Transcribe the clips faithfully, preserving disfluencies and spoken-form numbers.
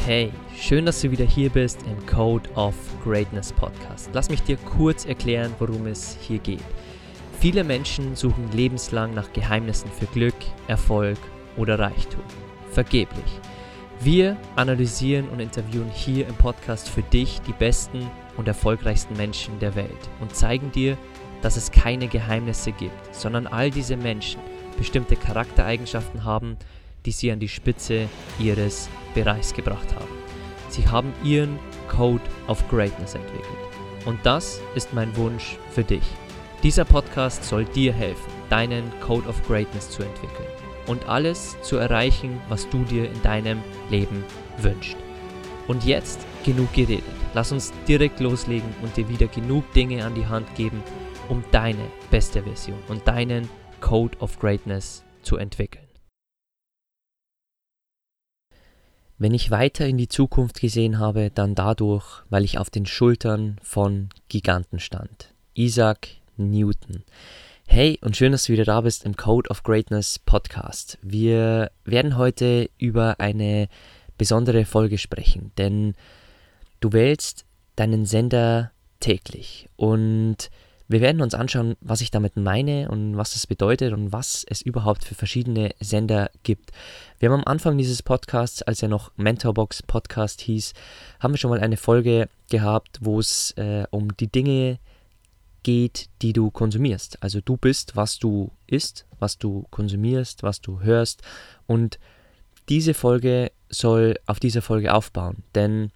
Hey, schön, dass du wieder hier bist im Code of Greatness Podcast. Lass mich dir kurz erklären, worum es hier geht. Viele Menschen suchen lebenslang nach Geheimnissen für Glück, Erfolg oder Reichtum. Vergeblich. Wir analysieren und interviewen hier im Podcast für dich die besten und erfolgreichsten Menschen der Welt und zeigen dir, dass es keine Geheimnisse gibt, sondern all diese Menschen bestimmte Charaktereigenschaften haben, die sie an die Spitze ihres Bereichs gebracht haben. Sie haben ihren Code of Greatness entwickelt. Und das ist mein Wunsch für dich. Dieser Podcast soll dir helfen, deinen Code of Greatness zu entwickeln und alles zu erreichen, was du dir in deinem Leben wünschst. Und jetzt genug geredet. Lass uns direkt loslegen und dir wieder genug Dinge an die Hand geben, um deine beste Version und deinen Code of Greatness zu entwickeln. Wenn ich weiter in die Zukunft gesehen habe, dann dadurch, weil ich auf den Schultern von Giganten stand. Isaac Newton. Hey und schön, dass du wieder da bist im Code of Greatness Podcast. Wir werden heute über eine besondere Folge sprechen, denn du wählst deinen Sender täglich und wir werden uns anschauen, was ich damit meine und was das bedeutet und was es überhaupt für verschiedene Sender gibt. Wir haben am Anfang dieses Podcasts, als er noch Mentorbox Podcast hieß, haben wir schon mal eine Folge gehabt, wo es äh, um die Dinge geht, die du konsumierst. Also du bist, was du isst, was du konsumierst, was du hörst. Und diese Folge soll auf dieser Folge aufbauen, denn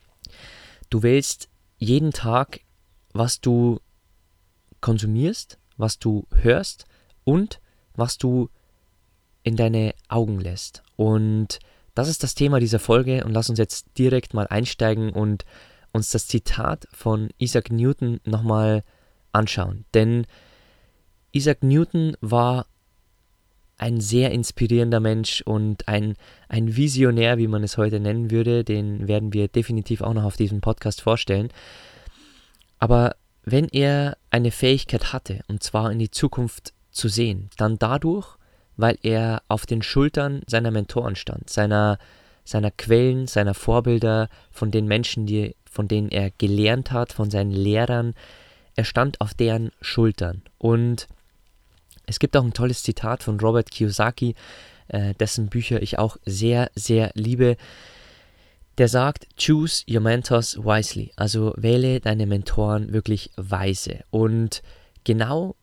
du wählst jeden Tag, was du konsumierst, was du hörst und was du in deine Augen lässt. Und das ist das Thema dieser Folge und lass uns jetzt direkt mal einsteigen und uns das Zitat von Isaac Newton nochmal anschauen. Denn Isaac Newton war ein sehr inspirierender Mensch und ein, ein Visionär, wie man es heute nennen würde. Den werden wir definitiv auch noch auf diesem Podcast vorstellen. Aber wenn er eine Fähigkeit hatte, und zwar in die Zukunft zu sehen, dann dadurch, weil er auf den Schultern seiner Mentoren stand, seiner, seiner Quellen, seiner Vorbilder, von den Menschen, die, von denen er gelernt hat, von seinen Lehrern. Er stand auf deren Schultern. Und es gibt auch ein tolles Zitat von Robert Kiyosaki, äh, dessen Bücher ich auch sehr, sehr liebe. Der sagt, choose your mentors wisely, also wähle deine Mentoren wirklich weise. Und genau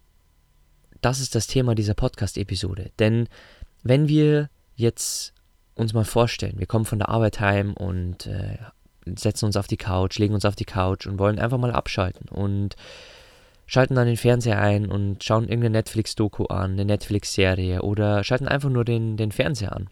das ist das Thema dieser Podcast-Episode. Denn wenn wir jetzt uns mal vorstellen, wir kommen von der Arbeit heim und äh, setzen uns auf die Couch, legen uns auf die Couch und wollen einfach mal abschalten und schalten dann den Fernseher ein und schauen irgendeine Netflix-Doku an, eine Netflix-Serie oder schalten einfach nur den, den Fernseher an.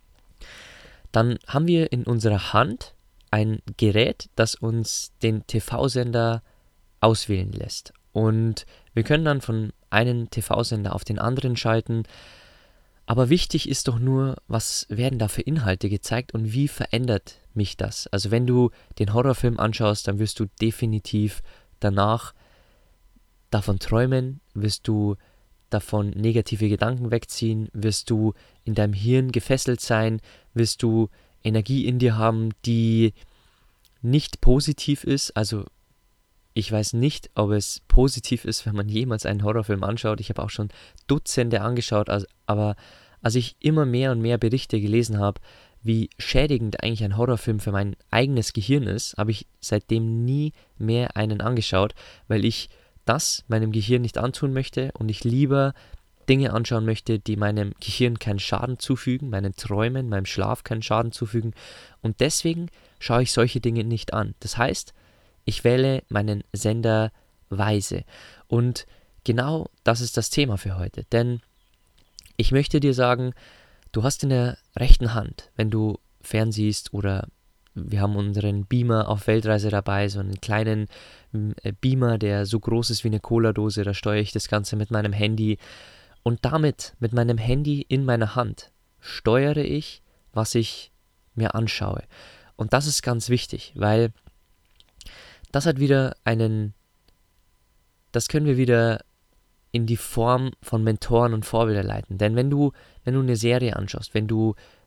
Dann haben wir in unserer Hand ein Gerät, das uns den T V-Sender auswählen lässt. Und wir können dann von einem T V-Sender auf den anderen schalten. Aber wichtig ist doch nur, was werden da für Inhalte gezeigt und wie verändert mich das? Also wenn du den Horrorfilm anschaust, dann wirst du definitiv danach davon träumen, wirst du davon negative Gedanken wegziehen, wirst du in deinem Hirn gefesselt sein, wirst du Energie in dir haben, die nicht positiv ist. Also ich weiß nicht, ob es positiv ist, wenn man jemals einen Horrorfilm anschaut. Ich habe auch schon Dutzende angeschaut, also, aber als ich immer mehr und mehr Berichte gelesen habe, wie schädigend eigentlich ein Horrorfilm für mein eigenes Gehirn ist, habe ich seitdem nie mehr einen angeschaut, weil ich das meinem Gehirn nicht antun möchte und ich lieber Dinge anschauen möchte, die meinem Gehirn keinen Schaden zufügen, meinen Träumen, meinem Schlaf keinen Schaden zufügen und deswegen schaue ich solche Dinge nicht an. Das heißt, ich wähle meinen Sender weise und genau das ist das Thema für heute, denn ich möchte dir sagen, du hast in der rechten Hand, wenn du fernsiehst oder wir haben unseren Beamer auf Weltreise dabei, so einen kleinen Beamer, der so groß ist wie eine Cola-Dose, da steuere ich das Ganze mit meinem Handy und damit, mit meinem Handy in meiner Hand, steuere ich, was ich mir anschaue. Und das ist ganz wichtig, weil das hat wieder einen, das können wir wieder in die Form von Mentoren und Vorbilder leiten. Denn wenn du, wenn du eine Serie anschaust, wenn du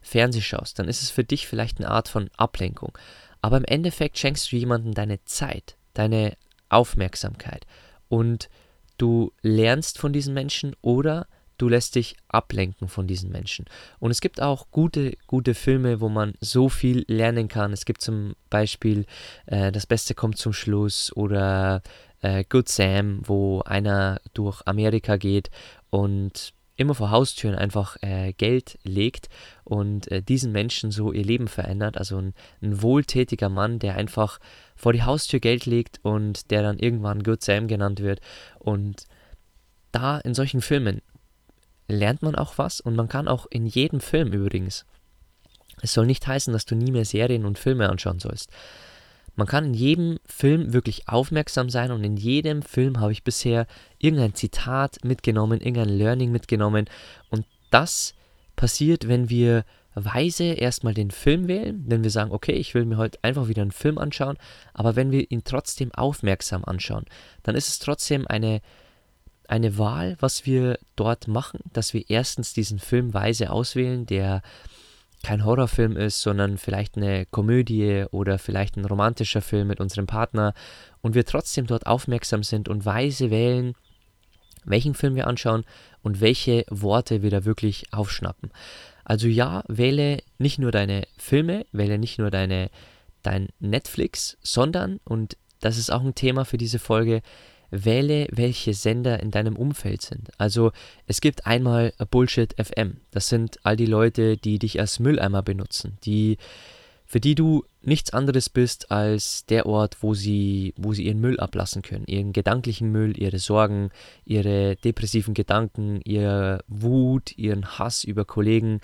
Fernseh schaust, dann ist es für dich vielleicht eine Art von Ablenkung. Aber im Endeffekt schenkst du jemandem deine Zeit, deine Aufmerksamkeit und du lernst von diesen Menschen oder du lässt dich ablenken von diesen Menschen. Und es gibt auch gute, gute Filme, wo man so viel lernen kann. Es gibt zum Beispiel äh, Das Beste kommt zum Schluss oder äh, Good Sam, wo einer durch Amerika geht und immer vor Haustüren einfach äh, Geld legt und äh, diesen Menschen so ihr Leben verändert. Also ein, ein wohltätiger Mann, der einfach vor die Haustür Geld legt und der dann irgendwann Good Sam genannt wird. Und da in solchen Filmen lernt man auch was und man kann auch in jedem Film übrigens, es soll nicht heißen, dass du nie mehr Serien und Filme anschauen sollst. Man kann in jedem Film wirklich aufmerksam sein und in jedem Film habe ich bisher irgendein Zitat mitgenommen, irgendein Learning mitgenommen und das passiert, wenn wir weise erstmal den Film wählen, wenn wir sagen, okay, ich will mir heute einfach wieder einen Film anschauen, aber wenn wir ihn trotzdem aufmerksam anschauen, dann ist es trotzdem eine eine Wahl, was wir dort machen, dass wir erstens diesen Film weise auswählen, der kein Horrorfilm ist, sondern vielleicht eine Komödie oder vielleicht ein romantischer Film mit unserem Partner und wir trotzdem dort aufmerksam sind und weise wählen, welchen Film wir anschauen und welche Worte wir da wirklich aufschnappen. Also ja, wähle nicht nur deine Filme, wähle nicht nur deine, dein Netflix, sondern, und das ist auch ein Thema für diese Folge, wähle, welche Sender in deinem Umfeld sind. Also es gibt einmal Bullshit F M. Das sind all die Leute, die dich als Mülleimer benutzen, die, für die du nichts anderes bist als der Ort, wo sie, wo sie ihren Müll ablassen können. Ihren gedanklichen Müll, ihre Sorgen, ihre depressiven Gedanken, ihre Wut, ihren Hass über Kollegen.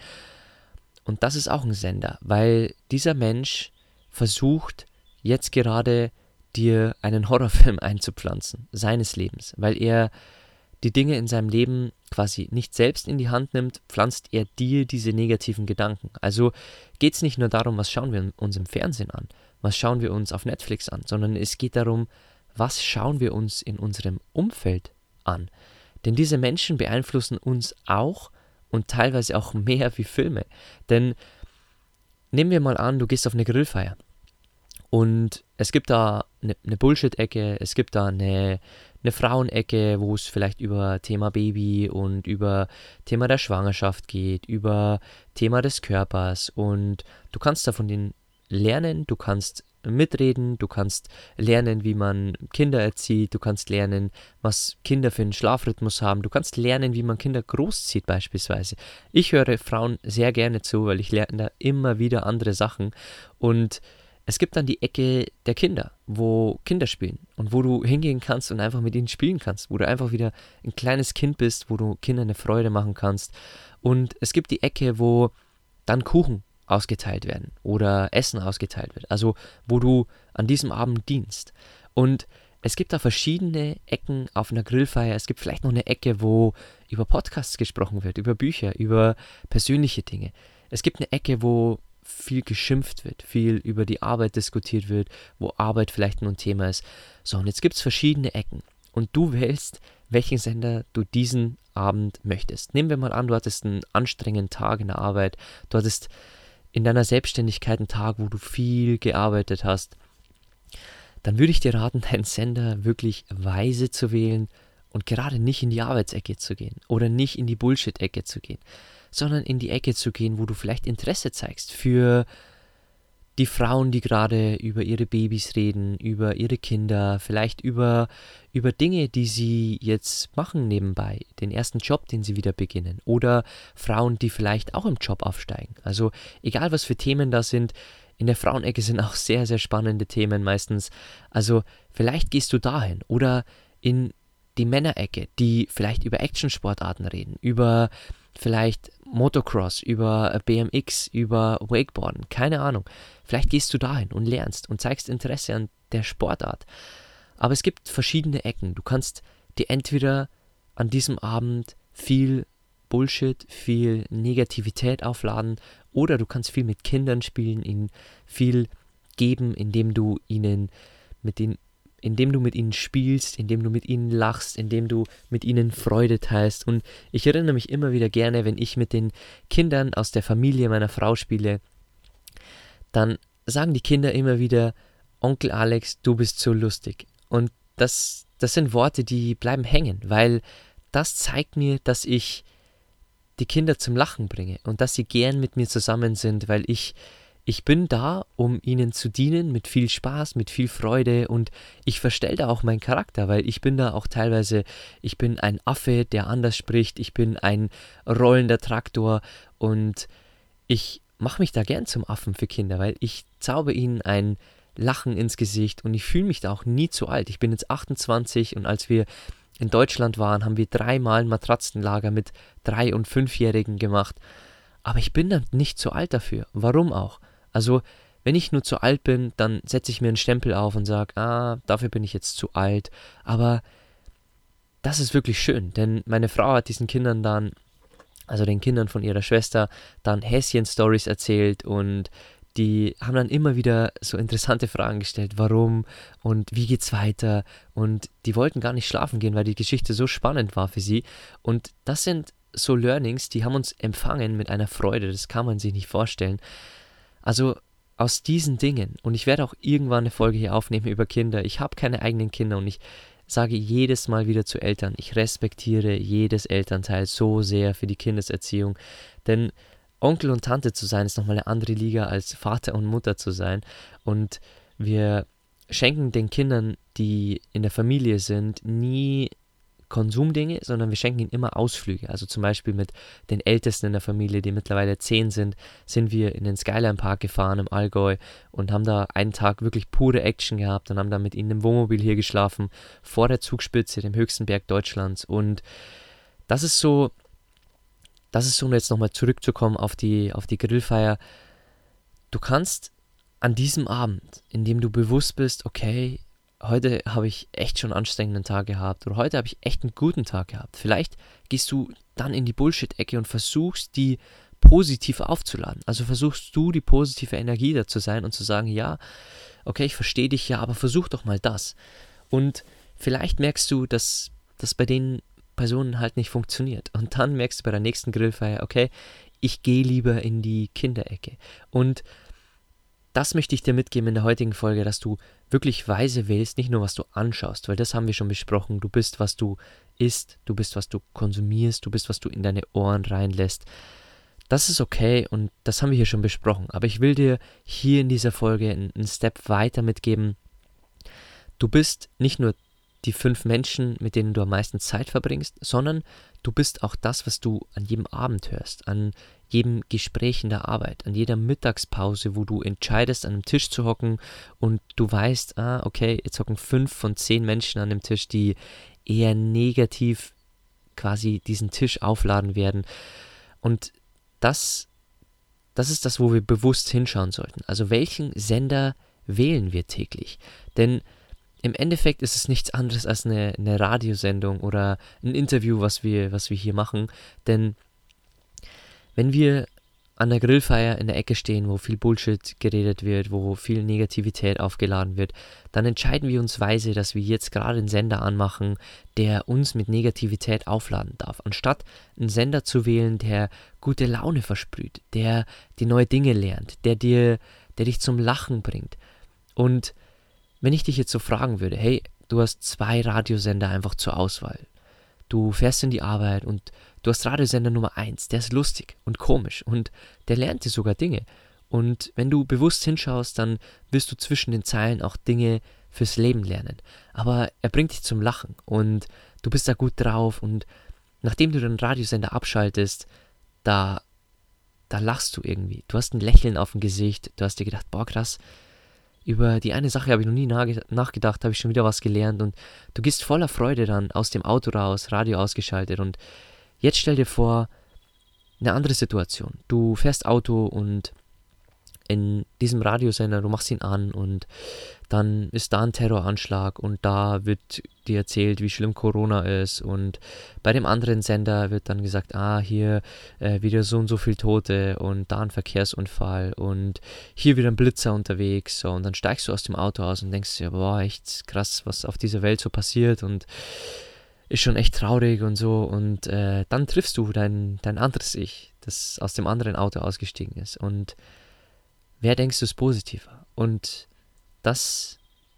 Und das ist auch ein Sender, weil dieser Mensch versucht jetzt gerade dir einen Horrorfilm einzupflanzen, seines Lebens, weil er die Dinge in seinem Leben quasi nicht selbst in die Hand nimmt, pflanzt er dir diese negativen Gedanken. Also geht es nicht nur darum, was schauen wir uns im Fernsehen an, was schauen wir uns auf Netflix an, sondern es geht darum, was schauen wir uns in unserem Umfeld an. Denn diese Menschen beeinflussen uns auch und teilweise auch mehr wie Filme. Denn nehmen wir mal an, du gehst auf eine Grillfeier. Und es gibt da eine, eine Bullshit-Ecke, es gibt da eine, eine Frauenecke, wo es vielleicht über Thema Baby und über Thema der Schwangerschaft geht, über Thema des Körpers und du kannst da von denen lernen, du kannst mitreden, du kannst lernen, wie man Kinder erzieht, du kannst lernen, was Kinder für einen Schlafrhythmus haben, du kannst lernen, wie man Kinder großzieht beispielsweise. Ich höre Frauen sehr gerne zu, weil ich lerne da immer wieder andere Sachen und es gibt dann die Ecke der Kinder, wo Kinder spielen und wo du hingehen kannst und einfach mit ihnen spielen kannst, wo du einfach wieder ein kleines Kind bist, wo du Kindern eine Freude machen kannst. Und es gibt die Ecke, wo dann Kuchen ausgeteilt werden oder Essen ausgeteilt wird, also wo du an diesem Abend dienst. Und es gibt da verschiedene Ecken auf einer Grillfeier. Es gibt vielleicht noch eine Ecke, wo über Podcasts gesprochen wird, über Bücher, über persönliche Dinge. Es gibt eine Ecke, wo viel geschimpft wird, viel über die Arbeit diskutiert wird, wo Arbeit vielleicht nur ein Thema ist. So, und jetzt gibt es verschiedene Ecken und du wählst, welchen Sender du diesen Abend möchtest. Nehmen wir mal an, du hattest einen anstrengenden Tag in der Arbeit, du hattest in deiner Selbstständigkeit einen Tag, wo du viel gearbeitet hast, dann würde ich dir raten, deinen Sender wirklich weise zu wählen und gerade nicht in die Arbeitsecke zu gehen oder nicht in die Bullshit-Ecke zu gehen, sondern in die Ecke zu gehen, wo du vielleicht Interesse zeigst für die Frauen, die gerade über ihre Babys reden, über ihre Kinder, vielleicht über, über Dinge, die sie jetzt machen nebenbei, den ersten Job, den sie wieder beginnen, oder Frauen, die vielleicht auch im Job aufsteigen. Also egal, was für Themen da sind, in der Frauenecke sind auch sehr, sehr spannende Themen meistens. Also vielleicht gehst du dahin oder in die Männerecke, die vielleicht über Actionsportarten reden, über vielleicht Motocross, über B M X, über Wakeboarden, keine Ahnung. Vielleicht gehst du dahin und lernst und zeigst Interesse an der Sportart. Aber es gibt verschiedene Ecken. Du kannst dir entweder an diesem Abend viel Bullshit, viel Negativität aufladen oder du kannst viel mit Kindern spielen, ihnen viel geben, indem du ihnen mit den indem du mit ihnen spielst, indem du mit ihnen lachst, indem du mit ihnen Freude teilst. Und ich erinnere mich immer wieder gerne, wenn ich mit den Kindern aus der Familie meiner Frau spiele, dann sagen die Kinder immer wieder, Onkel Alex, du bist so lustig. Und das, das sind Worte, die bleiben hängen, weil das zeigt mir, dass ich die Kinder zum Lachen bringe und dass sie gern mit mir zusammen sind, weil ich Ich bin da, um ihnen zu dienen, mit viel Spaß, mit viel Freude, und ich verstelle da auch meinen Charakter, weil ich bin da auch teilweise, ich bin ein Affe, der anders spricht, ich bin ein rollender Traktor, und ich mache mich da gern zum Affen für Kinder, weil ich zauber ihnen ein Lachen ins Gesicht und ich fühle mich da auch nie zu alt. Ich bin jetzt achtundzwanzig und als wir in Deutschland waren, haben wir dreimal ein Matratzenlager mit Drei- und Fünfjährigen gemacht, aber ich bin dann nicht zu alt dafür. Warum auch? Also, wenn ich nur zu alt bin, dann setze ich mir einen Stempel auf und sage, ah, dafür bin ich jetzt zu alt. Aber das ist wirklich schön, denn meine Frau hat diesen Kindern dann, also den Kindern von ihrer Schwester, dann Häschen-Stories erzählt, und die haben dann immer wieder so interessante Fragen gestellt, warum und wie geht's weiter, und die wollten gar nicht schlafen gehen, weil die Geschichte so spannend war für sie. Und das sind so Learnings, die haben uns empfangen mit einer Freude, das kann man sich nicht vorstellen. Also aus diesen Dingen, und ich werde auch irgendwann eine Folge hier aufnehmen über Kinder, ich habe keine eigenen Kinder und ich sage jedes Mal wieder zu Eltern, ich respektiere jedes Elternteil so sehr für die Kindeserziehung, denn Onkel und Tante zu sein ist nochmal eine andere Liga als Vater und Mutter zu sein, und wir schenken den Kindern, die in der Familie sind, nie Konsumdinge, sondern wir schenken ihnen immer Ausflüge. Also zum Beispiel mit den Ältesten in der Familie, die mittlerweile zehn sind, sind wir in den Skyline Park gefahren im Allgäu und haben da einen Tag wirklich pure Action gehabt und haben dann mit ihnen im Wohnmobil hier geschlafen, vor der Zugspitze, dem höchsten Berg Deutschlands. Und das ist so, das ist so, um jetzt nochmal zurückzukommen auf die, auf die Grillfeier. Du kannst an diesem Abend, in dem du bewusst bist, okay, heute habe ich echt schon einen anstrengenden Tag gehabt oder heute habe ich echt einen guten Tag gehabt. Vielleicht gehst du dann in die Bullshit-Ecke und versuchst, die positiv aufzuladen. Also versuchst du, die positive Energie da zu sein und zu sagen, ja, okay, ich verstehe dich ja, aber versuch doch mal das. Und vielleicht merkst du, dass das bei den Personen halt nicht funktioniert. Und dann merkst du bei der nächsten Grillfeier, okay, ich gehe lieber in die Kinderecke. Und das möchte ich dir mitgeben in der heutigen Folge, dass du wirklich weise wählst, nicht nur was du anschaust, weil das haben wir schon besprochen. Du bist, was du isst, du bist, was du konsumierst, du bist, was du in deine Ohren reinlässt. Das ist okay und das haben wir hier schon besprochen. Aber ich will dir hier in dieser Folge einen Step weiter mitgeben. Du bist nicht nur die fünf Menschen, mit denen du am meisten Zeit verbringst, sondern du bist auch das, was du an jedem Abend hörst, an jedem Gespräch in der Arbeit, an jeder Mittagspause, wo du entscheidest, an einem Tisch zu hocken und du weißt, ah, okay, jetzt hocken fünf von zehn Menschen an dem Tisch, die eher negativ quasi diesen Tisch aufladen werden. Und das, das ist das, wo wir bewusst hinschauen sollten. Also welchen Sender wählen wir täglich? Denn im Endeffekt ist es nichts anderes als eine, eine Radiosendung oder ein Interview, was wir, was wir hier machen. Denn wenn wir an der Grillfeier in der Ecke stehen, wo viel Bullshit geredet wird, wo viel Negativität aufgeladen wird, dann entscheiden wir uns weise, dass wir jetzt gerade einen Sender anmachen, der uns mit Negativität aufladen darf. Anstatt einen Sender zu wählen, der gute Laune versprüht, der dir neue Dinge lernt, der dir, der dich zum Lachen bringt. Und wenn ich dich jetzt so fragen würde, hey, du hast zwei Radiosender einfach zur Auswahl. Du fährst in die Arbeit und du hast Radiosender Nummer eins, der ist lustig und komisch und der lernt dir sogar Dinge. Und wenn du bewusst hinschaust, dann wirst du zwischen den Zeilen auch Dinge fürs Leben lernen. Aber er bringt dich zum Lachen und du bist da gut drauf und nachdem du den Radiosender abschaltest, da, da lachst du irgendwie. Du hast ein Lächeln auf dem Gesicht, du hast dir gedacht, boah krass, über die eine Sache habe ich noch nie nachgedacht, habe ich schon wieder was gelernt und du gehst voller Freude dann aus dem Auto raus, Radio ausgeschaltet und jetzt stell dir vor, eine andere Situation. Du fährst Auto und in diesem Radiosender, du machst ihn an und dann ist da ein Terroranschlag und da wird dir erzählt, wie schlimm Corona ist, und bei dem anderen Sender wird dann gesagt, ah, hier äh, wieder so und so viel Tote und da ein Verkehrsunfall und hier wieder ein Blitzer unterwegs, so, und dann steigst du aus dem Auto aus und denkst dir, boah, echt krass, was auf dieser Welt so passiert, und ist schon echt traurig und so, und äh, dann triffst du dein, dein anderes Ich, das aus dem anderen Auto ausgestiegen ist, und wer denkst du ist positiver? Und das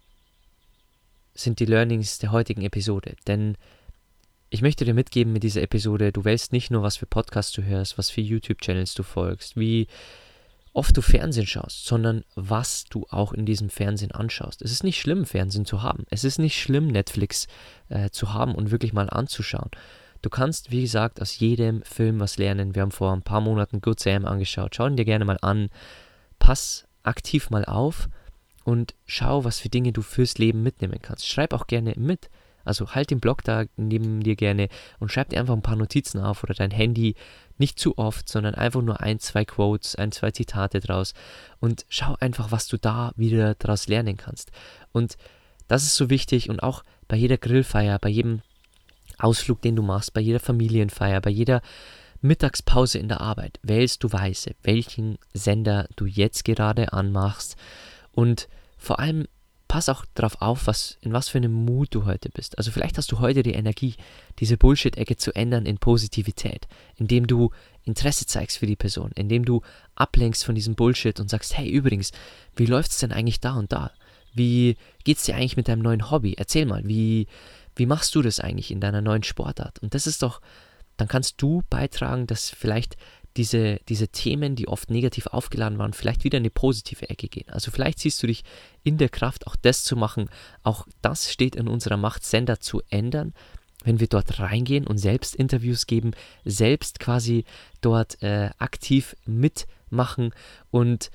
sind die Learnings der heutigen Episode, denn ich möchte dir mitgeben mit dieser Episode, du wählst nicht nur, was für Podcasts du hörst, was für YouTube-Channels du folgst, wie oft du Fernsehen schaust, sondern was du auch in diesem Fernsehen anschaust. Es ist nicht schlimm, Fernsehen zu haben. Es ist nicht schlimm, Netflix äh, zu haben und wirklich mal anzuschauen. Du kannst, wie gesagt, aus jedem Film was lernen. Wir haben vor ein paar Monaten Good Sam angeschaut. Schau ihn dir gerne mal an. Pass aktiv mal auf und schau, was für Dinge du fürs Leben mitnehmen kannst. Schreib auch gerne mit. Also halt den Blog da neben dir gerne und schreib dir einfach ein paar Notizen auf oder dein Handy, nicht zu oft, sondern einfach nur ein, zwei Quotes, ein, zwei Zitate draus, und schau einfach, was du da wieder draus lernen kannst. Und das ist so wichtig, und auch bei jeder Grillfeier, bei jedem Ausflug, den du machst, bei jeder Familienfeier, bei jeder Mittagspause in der Arbeit, wählst du weise, welchen Sender du jetzt gerade anmachst, und vor allem pass auch darauf auf, was, in was für einem Mut du heute bist. Also vielleicht hast du heute die Energie, diese Bullshit-Ecke zu ändern in Positivität, indem du Interesse zeigst für die Person, indem du ablenkst von diesem Bullshit und sagst, hey, übrigens, wie läuft's denn eigentlich da und da? Wie geht's dir eigentlich mit deinem neuen Hobby? Erzähl mal, wie, wie machst du das eigentlich in deiner neuen Sportart? Und das ist doch, dann kannst du beitragen, dass vielleicht diese, diese Themen, die oft negativ aufgeladen waren, vielleicht wieder in eine positive Ecke gehen. Also vielleicht siehst du dich in der Kraft, auch das zu machen. Auch das steht in unserer Macht, Sender zu ändern, wenn wir dort reingehen und selbst Interviews geben, selbst quasi dort äh, aktiv mitmachen. Und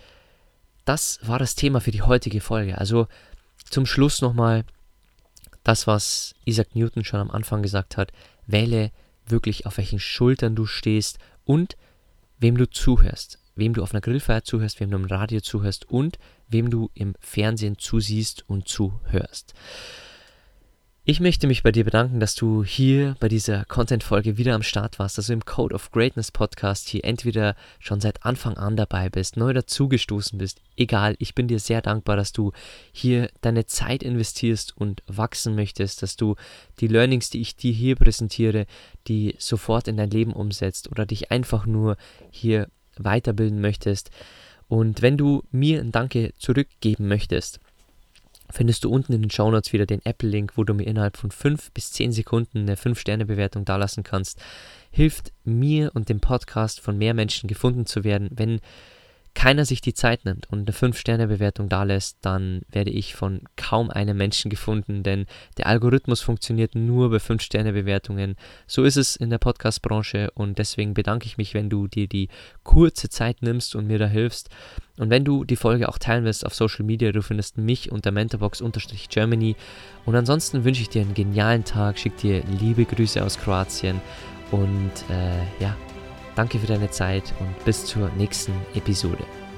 das war das Thema für die heutige Folge. Also zum Schluss nochmal das, was Isaac Newton schon am Anfang gesagt hat: Wähle wirklich, auf welchen Schultern du stehst und wem du zuhörst, wem du auf einer Grillfeier zuhörst, wem du im Radio zuhörst und wem du im Fernsehen zusiehst und zuhörst. Ich möchte mich bei dir bedanken, dass du hier bei dieser Content-Folge wieder am Start warst, dass du im Code of Greatness Podcast hier entweder schon seit Anfang an dabei bist, neu dazugestoßen bist. Egal, ich bin dir sehr dankbar, dass du hier deine Zeit investierst und wachsen möchtest, dass du die Learnings, die ich dir hier präsentiere, die sofort in dein Leben umsetzt oder dich einfach nur hier weiterbilden möchtest. Und wenn du mir ein Danke zurückgeben möchtest, findest du unten in den Shownotes wieder den Apple-Link, wo du mir innerhalb von fünf bis zehn Sekunden eine fünf Sterne Bewertung dalassen kannst. Hilft mir und dem Podcast, von mehr Menschen gefunden zu werden. Wenn keiner sich die Zeit nimmt und eine fünf Sterne Bewertung dalässt, dann werde ich von kaum einem Menschen gefunden, denn der Algorithmus funktioniert nur bei fünf Sterne Bewertungen. So ist es in der Podcast-Branche, und deswegen bedanke ich mich, wenn du dir die kurze Zeit nimmst und mir da hilfst. Und wenn du die Folge auch teilen willst auf Social Media, du findest mich unter mentorbox-Germany. Und ansonsten wünsche ich dir einen genialen Tag, schicke dir liebe Grüße aus Kroatien und äh, ja, danke für deine Zeit und bis zur nächsten Episode.